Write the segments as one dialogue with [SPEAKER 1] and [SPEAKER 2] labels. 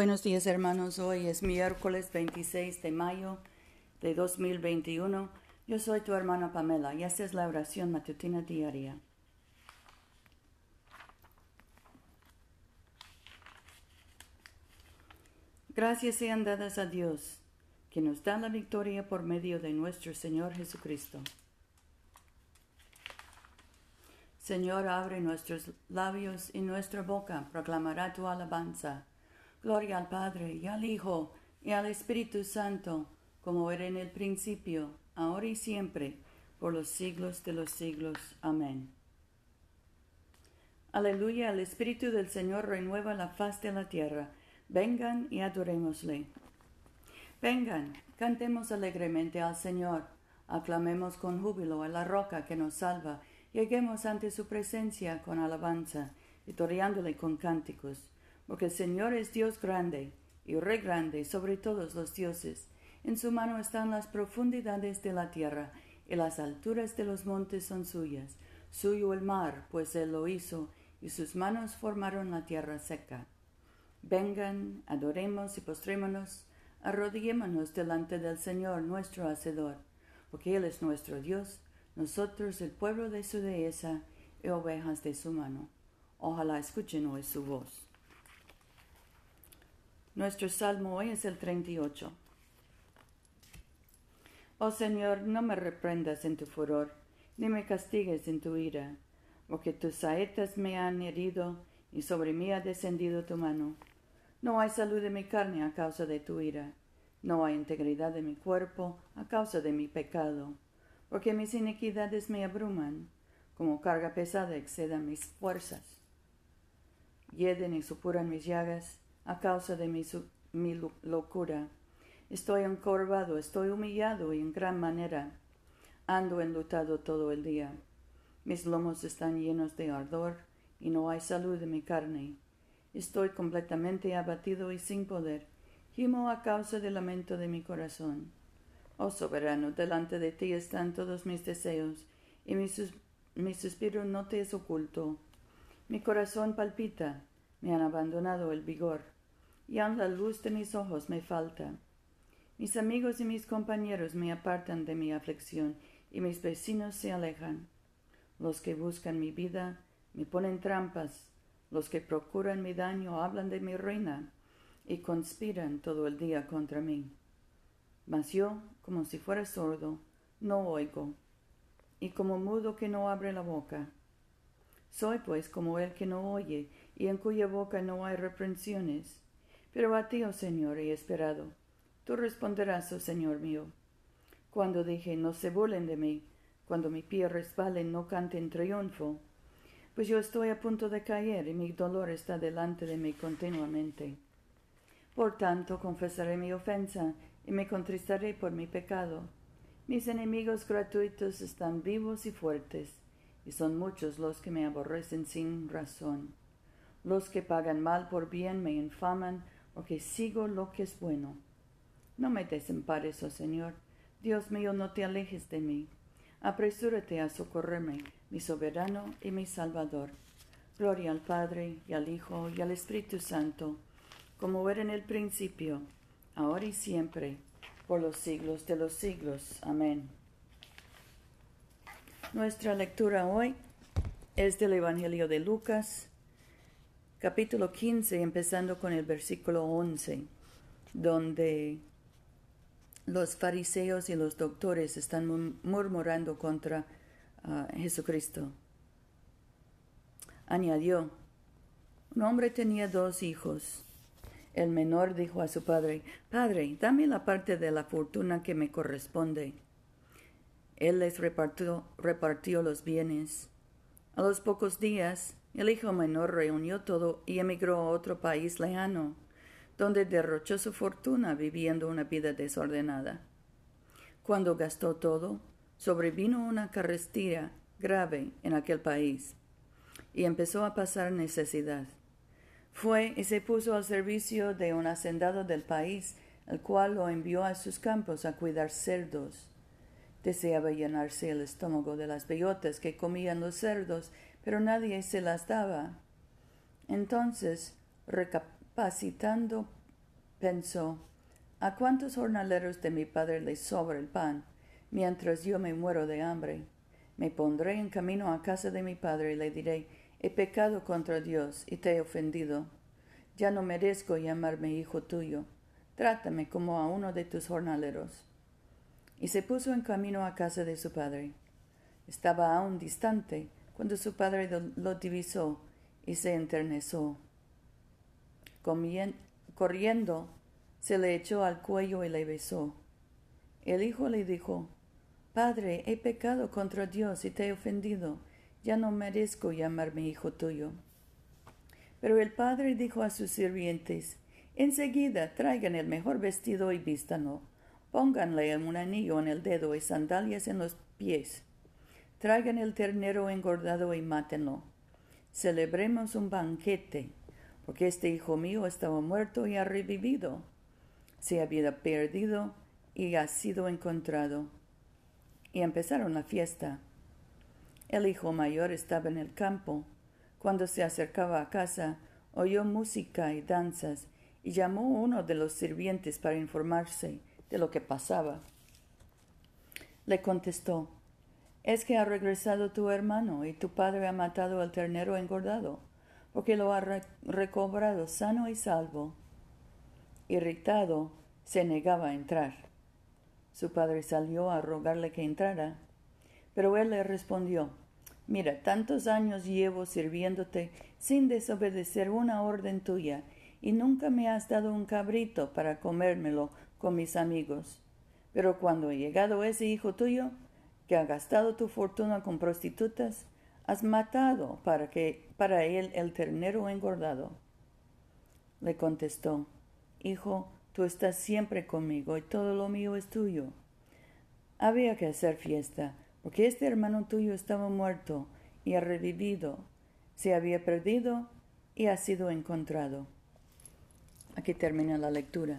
[SPEAKER 1] Buenos días, hermanos. Hoy es miércoles 26 de mayo de 2021. Yo soy tu hermana Pamela y esta es la oración matutina diaria. Gracias sean dadas a Dios, que nos da la victoria por medio de nuestro Señor Jesucristo. Señor, abre nuestros labios y nuestra boca proclamará tu alabanza. Gloria al Padre, y al Hijo, y al Espíritu Santo, como era en el principio, ahora y siempre, por los siglos de los siglos. Amén. Aleluya, el Espíritu del Señor renueva la faz de la tierra. Vengan y adorémosle. Vengan, cantemos alegremente al Señor. Aclamemos con júbilo a la roca que nos salva. Lleguemos ante su presencia con alabanza, victoriándole con cánticos. Porque el Señor es Dios grande y Rey grande sobre todos los dioses. En su mano están las profundidades de la tierra, y las alturas de los montes son suyas. Suyo el mar, pues él lo hizo, y sus manos formaron la tierra seca. Vengan, adoremos y postrémonos, arrodillémonos delante del Señor nuestro Hacedor, porque Él es nuestro Dios, nosotros el pueblo de su dehesa y ovejas de su mano. Ojalá escuchen hoy su voz. Nuestro salmo hoy es el 38. Oh Señor, no me reprendas en tu furor, ni me castigues en tu ira, porque tus saetas me han herido y sobre mí ha descendido tu mano. No hay salud de mi carne a causa de tu ira, no hay integridad de mi cuerpo a causa de mi pecado, porque mis iniquidades me abruman, como carga pesada excedan mis fuerzas. Hieden y supuran mis llagas a causa de mi locura. Estoy encorvado, estoy humillado y en gran manera. Ando enlutado todo el día. Mis lomos están llenos de ardor y no hay salud de mi carne. Estoy completamente abatido y sin poder. Gimo a causa del lamento de mi corazón. Oh soberano, delante de ti están todos mis deseos, y mi suspiro no te es oculto. Mi corazón palpita, me han abandonado el vigor, y aun la luz de mis ojos me falta. Mis amigos y mis compañeros me apartan de mi aflicción, y mis vecinos se alejan. Los que buscan mi vida me ponen trampas, los que procuran mi daño hablan de mi ruina, y conspiran todo el día contra mí. Mas yo, como si fuera sordo, no oigo, y como mudo que no abre la boca. Soy pues como el que no oye, y en cuya boca no hay reprensiones. Pero a ti, oh Señor, he esperado. Tú responderás, oh Señor mío. Cuando dije, no se burlen de mí, cuando mi pie resbale, no cante en triunfo. Pues yo estoy a punto de caer, y mi dolor está delante de mí continuamente. Por tanto, confesaré mi ofensa, y me contristaré por mi pecado. Mis enemigos gratuitos están vivos y fuertes, y son muchos los que me aborrecen sin razón. Los que pagan mal por bien me infaman, porque sigo lo que es bueno. No me desampares, oh Señor. Dios mío, no te alejes de mí. Apresúrate a socorrerme, mi soberano y mi Salvador. Gloria al Padre, y al Hijo, y al Espíritu Santo, como era en el principio, ahora y siempre, por los siglos de los siglos. Amén. Nuestra lectura hoy es del Evangelio de Lucas, capítulo 15, empezando con el versículo 11, donde los fariseos y los doctores están murmurando contra Jesucristo. Añadió, un hombre tenía 2 hijos. El menor dijo a su padre, «Padre, dame la parte de la fortuna que me corresponde». Él les repartió los bienes. A los pocos días, el hijo menor reunió todo y emigró a otro país lejano, donde derrochó su fortuna viviendo una vida desordenada. Cuando gastó todo, sobrevino una carestía grave en aquel país, y empezó a pasar necesidad. Fue y se puso al servicio de un hacendado del país, el cual lo envió a sus campos a cuidar cerdos. Deseaba llenarse el estómago de las bellotas que comían los cerdos, pero nadie se las daba. Entonces, recapacitando, pensó, ¿a cuántos jornaleros de mi padre les sobra el pan, mientras yo me muero de hambre? Me pondré en camino a casa de mi padre y le diré, he pecado contra Dios y te he ofendido. Ya no merezco llamarme hijo tuyo. Trátame como a uno de tus jornaleros. Y se puso en camino a casa de su padre. Estaba aún distante cuando su padre lo divisó y se enterneció. Corriendo, se le echó al cuello y le besó. El hijo le dijo, Padre, he pecado contra Dios y te he ofendido. Ya no merezco llamarme hijo tuyo. Pero el padre dijo a sus sirvientes, enseguida traigan el mejor vestido y vístanlo. Pónganle un anillo en el dedo y sandalias en los pies. Traigan el ternero engordado y mátenlo. Celebremos un banquete, porque este hijo mío estaba muerto y ha revivido. Se había perdido y ha sido encontrado. Y empezaron la fiesta. El hijo mayor estaba en el campo. Cuando se acercaba a casa, oyó música y danzas, y llamó a uno de los sirvientes para informarse de lo que pasaba. Le contestó, es que ha regresado tu hermano, y tu padre ha matado al ternero engordado, porque lo ha recobrado sano y salvo. Irritado, se negaba a entrar. Su padre salió a rogarle que entrara, pero él le respondió, mira, tantos años llevo sirviéndote sin desobedecer una orden tuya, y nunca me has dado un cabrito para comérmelo con mis amigos. Pero cuando ha llegado ese hijo tuyo, que ha gastado tu fortuna con prostitutas, has matado para él el ternero engordado. Le contestó, hijo, tú estás siempre conmigo y todo lo mío es tuyo. Había que hacer fiesta, porque este hermano tuyo estaba muerto y ha revivido, se había perdido y ha sido encontrado. Aquí termina la lectura.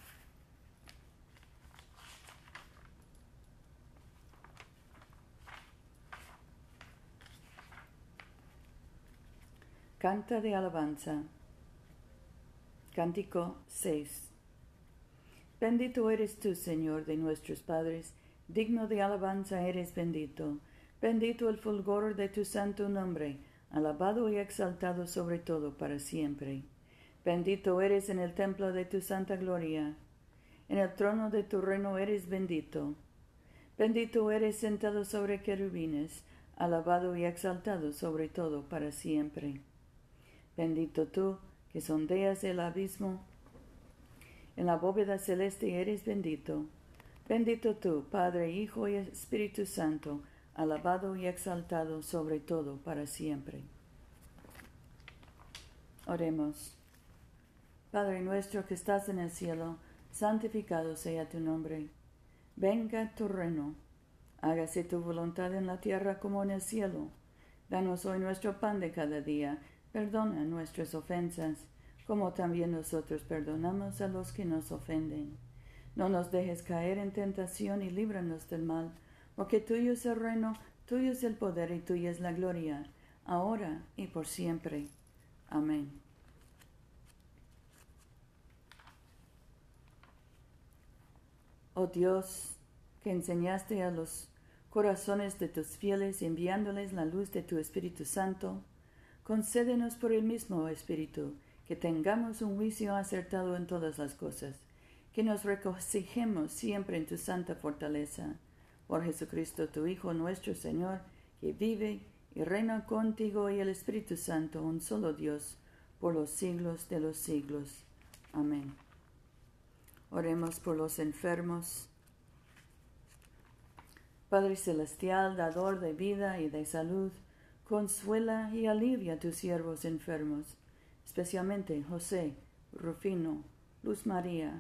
[SPEAKER 1] Canta de alabanza. Cántico 6. Bendito eres tú, Señor, de nuestros padres, digno de alabanza eres bendito. Bendito el fulgor de tu santo nombre, alabado y exaltado sobre todo para siempre. Bendito eres en el templo de tu santa gloria. En el trono de tu reino eres bendito. Bendito eres sentado sobre querubines, alabado y exaltado sobre todo para siempre. Bendito tú, que sondeas el abismo, en la bóveda celeste eres bendito. Bendito tú, Padre, Hijo y Espíritu Santo, alabado y exaltado sobre todo para siempre. Oremos. Padre nuestro que estás en el cielo, santificado sea tu nombre. Venga tu reino. Hágase tu voluntad en la tierra como en el cielo. Danos hoy nuestro pan de cada día. Perdona nuestras ofensas, como también nosotros perdonamos a los que nos ofenden. No nos dejes caer en tentación y líbranos del mal, porque tuyo es el reino, tuyo es el poder y tuya es la gloria, ahora y por siempre. Amén. Oh Dios, que enseñaste a los corazones de tus fieles enviándoles la luz de tu Espíritu Santo, concédenos por el mismo Espíritu que tengamos un juicio acertado en todas las cosas, que nos regocijemos siempre en tu santa fortaleza. Por Jesucristo, tu Hijo nuestro Señor, que vive y reina contigo y el Espíritu Santo, un solo Dios, por los siglos de los siglos. Amén. Oremos por los enfermos. Padre Celestial, dador de vida y de salud, consuela y alivia a tus siervos enfermos, especialmente José, Rufino, Luz María,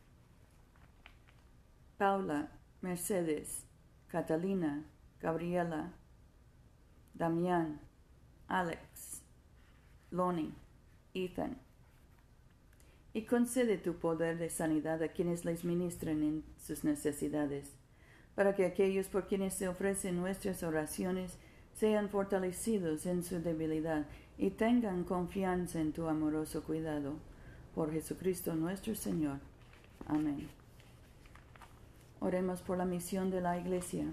[SPEAKER 1] Paula, Mercedes, Catalina, Gabriela, Damián, Alex, Lonnie, Ethan. Y concede tu poder de sanidad a quienes les ministren en sus necesidades, para que aquellos por quienes se ofrecen nuestras oraciones sean fortalecidos en su debilidad y tengan confianza en tu amoroso cuidado. Por Jesucristo nuestro Señor. Amén. Oremos por la misión de la Iglesia.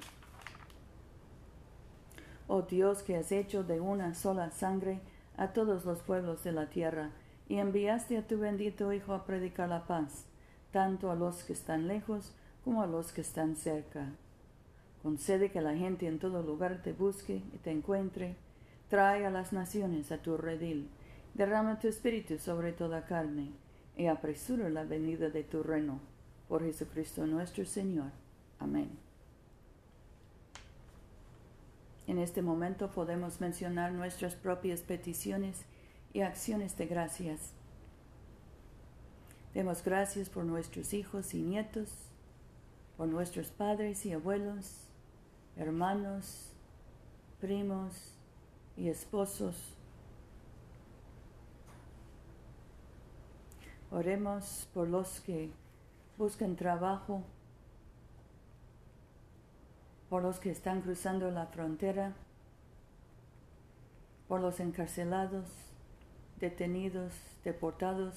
[SPEAKER 1] Oh Dios, que has hecho de una sola sangre a todos los pueblos de la tierra, y enviaste a tu bendito Hijo a predicar la paz, tanto a los que están lejos como a los que están cerca. Concede que la gente en todo lugar te busque y te encuentre. Trae a las naciones a tu redil. Derrama tu espíritu sobre toda carne, y apresura la venida de tu reino. Por Jesucristo nuestro Señor. Amén. En este momento podemos mencionar nuestras propias peticiones y acciones de gracias. Demos gracias por nuestros hijos y nietos, por nuestros padres y abuelos, hermanos, primos y esposos. Oremos por los que buscan trabajo, por los que están cruzando la frontera, por los encarcelados, detenidos, deportados.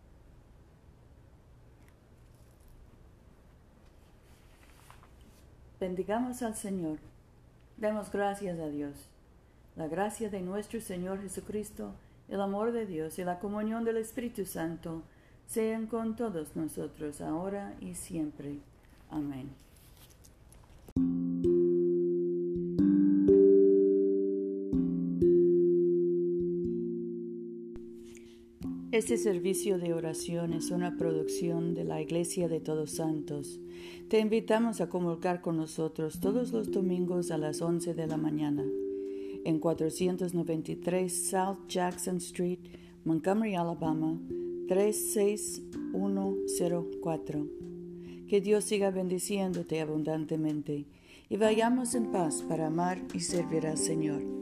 [SPEAKER 1] Bendigamos al Señor. Demos gracias a Dios. La gracia de nuestro Señor Jesucristo, el amor de Dios y la comunión del Espíritu Santo sean con todos nosotros ahora y siempre. Amén. Este servicio de oración es una producción de la Iglesia de Todos Santos. Te invitamos a comulgar con nosotros todos los domingos a las 11 de la mañana en 493 South Jackson Street, Montgomery, Alabama, 36104. Que Dios siga bendiciéndote abundantemente y vayamos en paz para amar y servir al Señor.